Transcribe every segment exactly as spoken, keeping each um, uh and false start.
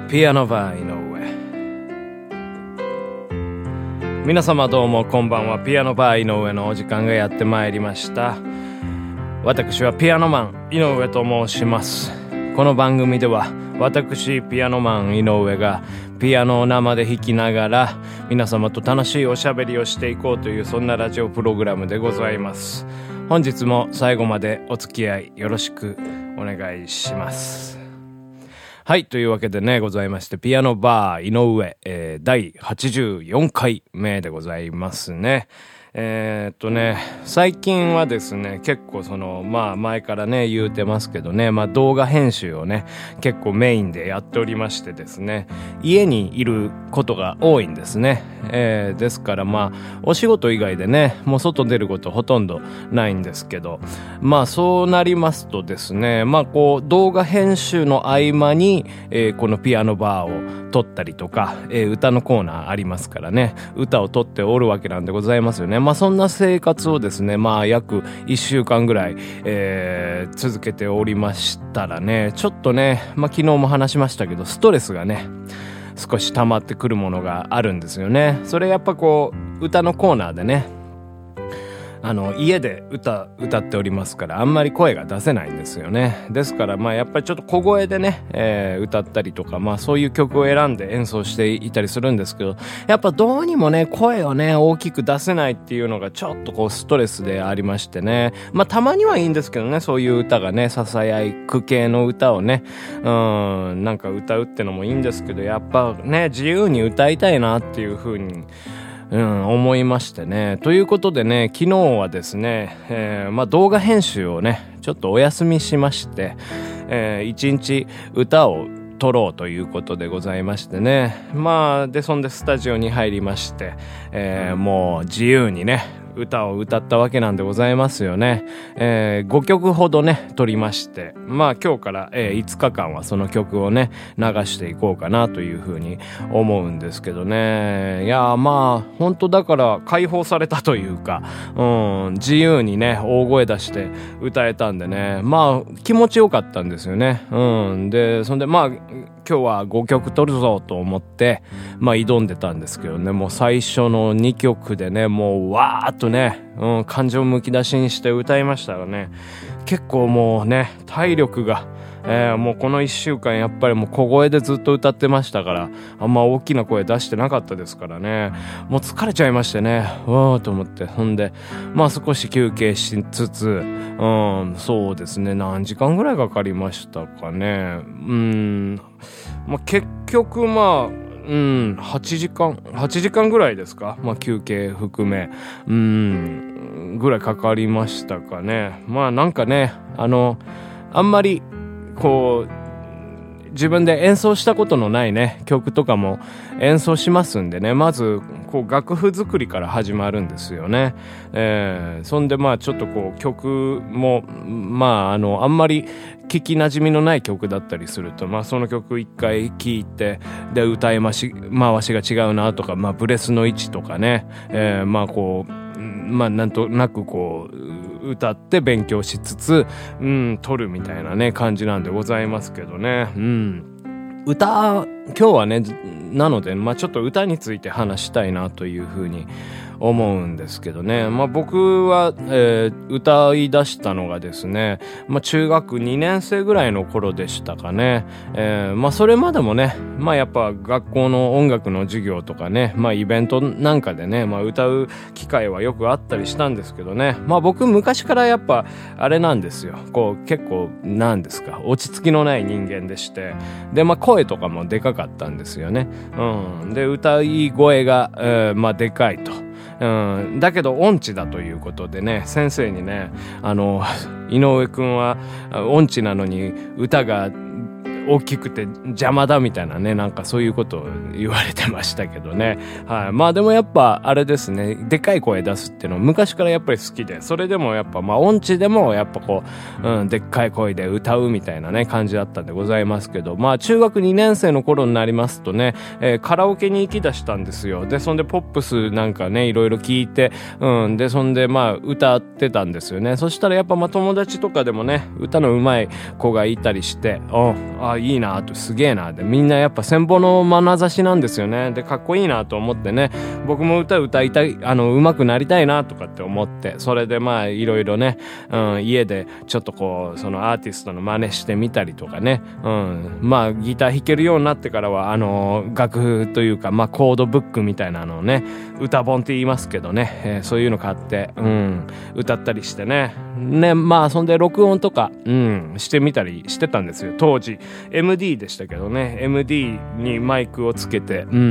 ピアノバー井上。皆様どうもこんばんは。ピアノバー井上のお時間がやってまいりました。私はピアノマン井上と申します。この番組では私ピアノマン井上がピアノを生で弾きながら皆様と楽しいおしゃべりをしていこうという、そんなラジオプログラムでございます。本日も最後までお付き合いよろしくお願いします。はい、というわけでねございまして、ピアノバー井上、えー、だいはちじゅうよんかいめでございますね。えー、っとね最近はですね結構そのまあ前からね言うてますけどね、まあ動画編集をね結構メインでやっておりましてですね、家にいることが多いんですね。えー、ですからまあお仕事以外でねもう外出ることほとんどないんですけど、まあそうなりますとですね、まあこう動画編集の合間に、えー、このピアノバーを撮ったりとか、えー、歌のコーナーありますからね、歌を撮っておるわけなんでございますよね。まあそんな生活をですね、まあ約いっしゅうかんぐらい、えー、続けておりましたらね、ちょっとね、まあ昨日も話しましたけど、ストレスがね、少し溜まってくるものがあるんですよね。それやっぱこう、歌のコーナーでね、あの家で歌歌っておりますからあんまり声が出せないんですよね。ですからまあやっぱりちょっと小声でね、えー、歌ったりとか、まあそういう曲を選んで演奏していたりするんですけど、やっぱどうにもね声をね大きく出せないっていうのがちょっとこうストレスでありましてね、まあたまにはいいんですけどね、そういう歌がね囁く系の歌をねうんなんか歌うってのもいいんですけど、やっぱね自由に歌いたいなっていう風にうん、思いましてね。ということでね、昨日はですね、えー、まあ動画編集をね、ちょっとお休みしまして、えー、一日歌を撮ろうということでございましてね。まあ、で、そんでスタジオに入りまして、えー、もう自由にね、歌を歌ったわけなんでございますよね。えー、ごきょくほどね撮りまして、まあ今日から、えー、いつかかんはその曲をね流していこうかなというふうに思うんですけどね。いやまあ本当だから解放されたというか、うん、自由にね大声出して歌えたんでね、まあ気持ちよかったんですよね。うん、でそんでまあ今日はごきょく撮るぞと思ってまあ挑んでたんですけどね、もう最初のにきょくでねもうわーっとね、うん、感情むき出しにして歌いましたがね、結構もうね体力が、えー、もうこのいっしゅうかんやっぱりもう小声でずっと歌ってましたから、あんま大きな声出してなかったですからね、もう疲れちゃいましてね、うわーと思って、ほんでまあ少し休憩しつつ、うんそうですね、何時間ぐらいかかりましたかね。うんまあ結局まあうんはちじかんはちじかんぐらいですか、まあ休憩含めうんぐらいかかりましたかね。まあなんかねあのあんまりこう自分で演奏したことのないね曲とかも演奏しますんでね、まずこう楽譜作りから始まるんですよね。えー、そんでまあちょっとこう曲もまああのあんまり聞き馴染みのない曲だったりすると、まあその曲一回聴いてで歌い回し回しが違うなとか、まあブレスの位置とかね、えー、まあこうまあなんとなくこう歌って勉強しつつうん撮るみたいなね感じなんでございますけどね。うん歌今日はねなのでまあちょっと歌について話したいなというふうに思うんですけどね。まあ僕は、えー、歌い出したのがですね、まあ中学にねんせいぐらいの頃でしたかね。えー、まあそれまでもね、まあやっぱ学校の音楽の授業とかね、まあイベントなんかでね、まあ歌う機会はよくあったりしたんですけどね。まあ僕昔からやっぱあれなんですよ。こう結構なんですか、落ち着きのない人間でして、でまあ声とかもでかかったんですよね。うん。で歌い声が、えー、まあでかいと。うん、だけど音痴だということでね、先生にね、あの井上くんは音痴なのに歌が大きくて邪魔だみたいなね、なんかそういうことを言われてましたけどね。はい。まあでもやっぱあれですね、でかい声出すっていうのは昔からやっぱり好きで、それでもやっぱまあ音痴でもやっぱこう、うん、でっかい声で歌うみたいなね感じだったんでございますけど、まあ中学にねんせいの頃になりますとね、えー、カラオケに行き出したんですよ。でそんでポップスなんかねいろいろ聞いて、うんでそんでまあ歌ってたんですよね。そしたらやっぱまあ友達とかでもね歌の上手い子がいたりして、うんああいいなと、すげえなで、みんなやっぱ羨望の眼差しなんですよね。でかっこいいなと思ってね、僕も歌歌いたい、あの上手くなりたいなとかって思って、それでまあいろいろね、うん、家でちょっとこうそのアーティストの真似してみたりとかね、うん、まあギター弾けるようになってからはあの楽譜というか、まあコードブックみたいなのをね、歌本って言いますけどね、えー、そういうの買って、うん、歌ったりしてね、ね、まあそんで録音とか、うん、してみたりしてたんですよ。当時 エムディー でしたけどね、 エムディー にマイクをつけて、うん、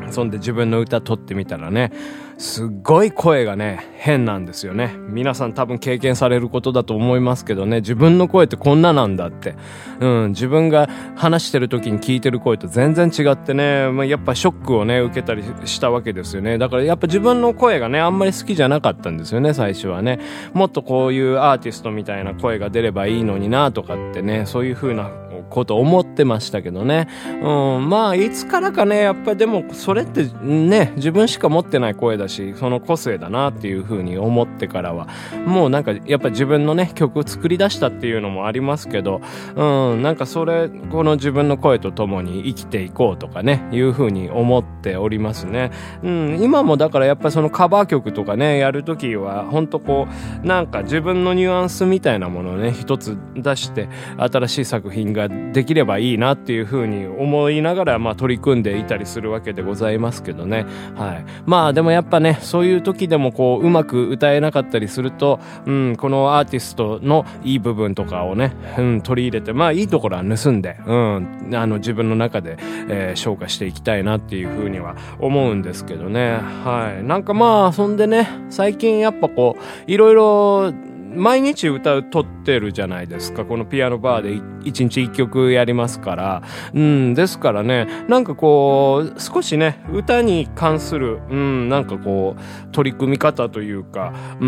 そんで自分の歌撮ってみたらね、すっごい声がね変なんですよね。皆さん多分経験されることだと思いますけどね、自分の声ってこんななんだって、うん、自分が話してる時に聞いてる声と全然違ってね、まあ、やっぱショックをね受けたりしたわけですよね。だからやっぱ自分の声がねあんまり好きじゃなかったんですよね、最初はね。もっとこういうアーティストみたいな声が出ればいいのになとかってね、そういう風なこと思ってましたけどね、うん、まあいつからかね、やっぱりでもそれってね自分しか持ってない声だし、その個性だなっていう風に思ってからはもうなんかやっぱ自分のね曲を作り出したっていうのもありますけど、うん、なんかそれこの自分の声とともに生きていこうとかねいう風に思っておりますね。うん、今もだからやっぱりそのカバー曲とかねやるときはほんとこうなんか自分のニュアンスみたいなものをね一つ出して新しい作品ができればいいなっていう風に思いながらまあ取り組んでいたりするわけでございますけどね。はい。まあでもやっぱねそういう時でもこううまく歌えなかったりすると、うん、このアーティストのいい部分とかをね、うん、取り入れて、まあいいところは盗んで、うん、あの自分の中で、えー、消化していきたいなっていう風には思うんですけどね。はい。なんかまあそんでね、最近やっぱこういろいろ毎日歌う撮ってるじゃないですか。このピアノバーで一日一曲やりますから。うん、ですからね、なんかこう、少しね、歌に関する、うん、なんかこう、取り組み方というか、うん、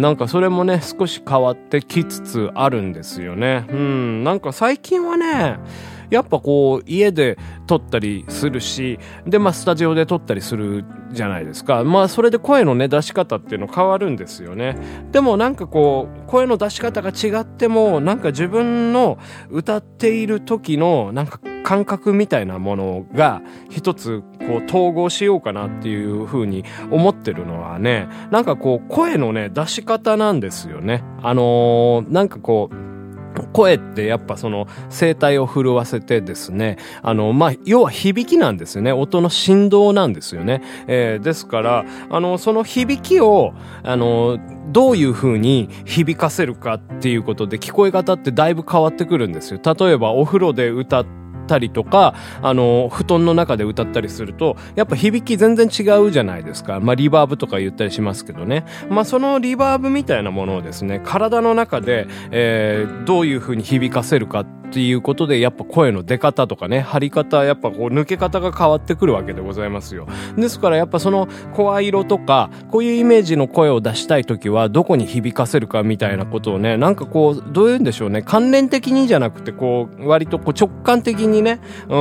なんかそれもね、少し変わってきつつあるんですよね。うん、なんか最近はね、やっぱこう家で撮ったりするし、でまあスタジオで撮ったりするじゃないですか。まあそれで声のね出し方っていうの変わるんですよね。でもなんかこう声の出し方が違ってもなんか自分の歌っている時のなんか感覚みたいなものが一つこう統合しようかなっていう風に思ってるのはね、なんかこう声のね出し方なんですよね。あのー、なんかこう声ってやっぱその声帯を震わせてですね、あのまあ要は響きなんですよね。音の振動なんですよね。えー、ですからあのその響きをあのどういう風に響かせるかっていうことで聞こえ方ってだいぶ変わってくるんですよ。例えばお風呂で歌ってたりとか、あの布団の中で歌ったりするとやっぱ響き全然違うじゃないですか。まあリバーブとか言ったりしますけどね。まあそのリバーブみたいなものをですね、体の中で、えー、どういう風に響かせるかっていうことでやっぱ声の出方とかね、張り方、やっぱこう抜け方が変わってくるわけでございますよ。ですからやっぱその声色とかこういうイメージの声を出したいときはどこに響かせるかみたいなことをね、なんかこうどういうんでしょうね、関連的にじゃなくてこう割とこう直感的にね、うん、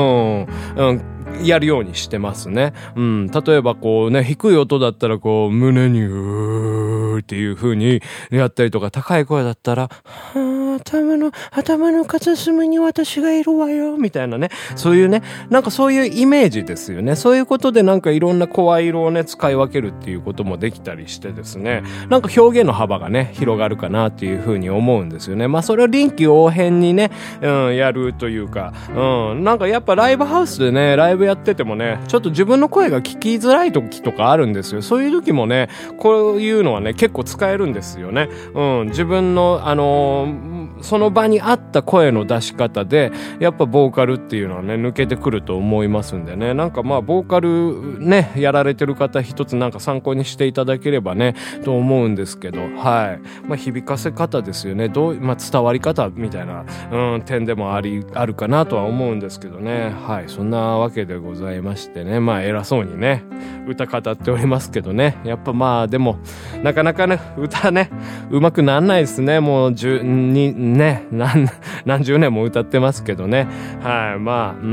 うん、やるようにしてますね。うん、例えばこうね、低い音だったらこう胸にうーっていう風にやったりとか、高い声だったらはぁ、頭の頭の片隅に私がいるわよみたいなね、そういうね、なんかそういうイメージですよね。そういうことでなんかいろんな声色をね使い分けるっていうこともできたりしてですね、なんか表現の幅がね広がるかなっていう風に思うんですよね。まあそれを臨機応変にね、うん、やるというか、うん、なんかやっぱライブハウスでねライブやっててもね、ちょっと自分の声が聞きづらい時とかあるんですよ。そういう時もね、こういうのはね結構使えるんですよね。うん、自分のあのーその場に合った声の出し方でやっぱボーカルっていうのはね抜けてくると思いますんでね、なんかまあボーカルねやられてる方一つなんか参考にしていただければねと思うんですけど、はい、まあ響かせ方ですよね。どう、まあ、伝わり方みたいな、うん、点でもありあるかなとは思うんですけどね。はい、そんなわけでございましてね、まあ偉そうにね歌語っておりますけどね、やっぱまあでもなかなかね歌ね上手くなんないですね。もうじゅうにね、何、何十年も歌ってますけどね。はい、まあ、うん。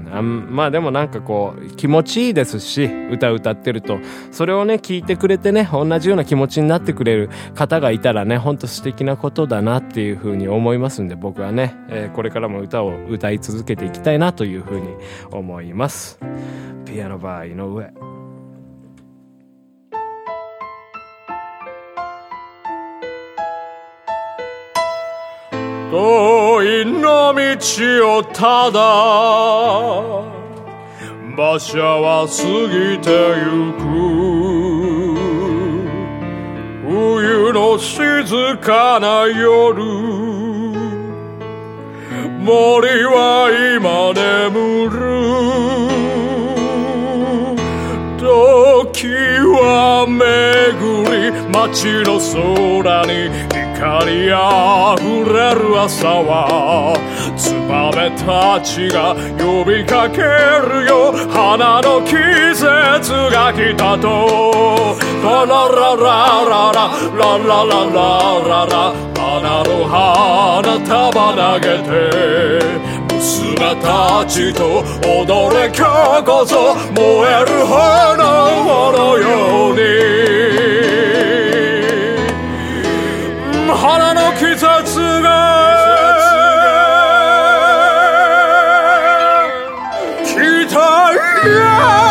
あまあでもなんかこう、気持ちいいですし、歌歌ってると、それをね、聞いてくれてね、同じような気持ちになってくれる方がいたらね、ほんと素敵なことだなっていうふうに思いますんで、僕はね、えー、これからも歌を歌い続けていきたいなというふうに思います。ピアノバー井上。遠いの道をただ馬車は過ぎてゆく、冬の静かな夜、森は今眠る、時は巡り街の空に光あふれる朝は、ツバメたちが呼びかけるよ、花の季節が来たと。ララララララララララララ、花の花束投げて娘たちと踊れ今日こそ、燃える炎のように花の季節が来たよ。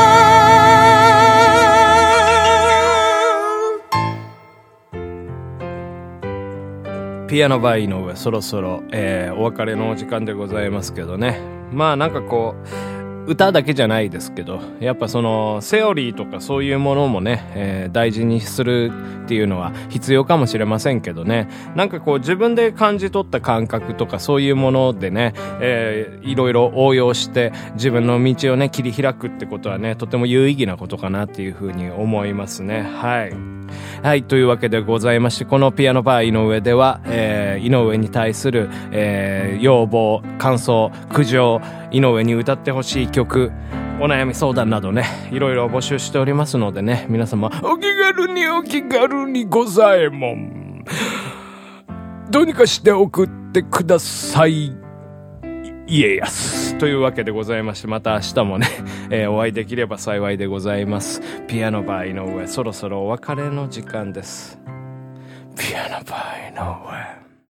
ピアノバー井上、そろそろ、えー、お別れのお時間でございますけどね。まあなんかこう歌だけじゃないですけど、やっぱそのセオリーとかそういうものもね、えー、大事にするっていうのは必要かもしれませんけどね。なんかこう自分で感じ取った感覚とかそういうものでね、えー、いろいろ応用して自分の道をね切り開くってことはね、とても有意義なことかなっていうふうに思いますね。はいはい、というわけでございまして、このピアノバー井上では、えー、井上に対する、えー、要望、感想、苦情、井上に歌ってほしい曲、お悩み相談などね、いろいろ募集しておりますのでね、皆様お気軽にお気軽にございもんどうにかして送ってください。家康というわけでございまして、また明日もね、えー、お会いできれば幸いでございます。ピアノバー井上、そろそろお別れの時間です。ピアノバー井上。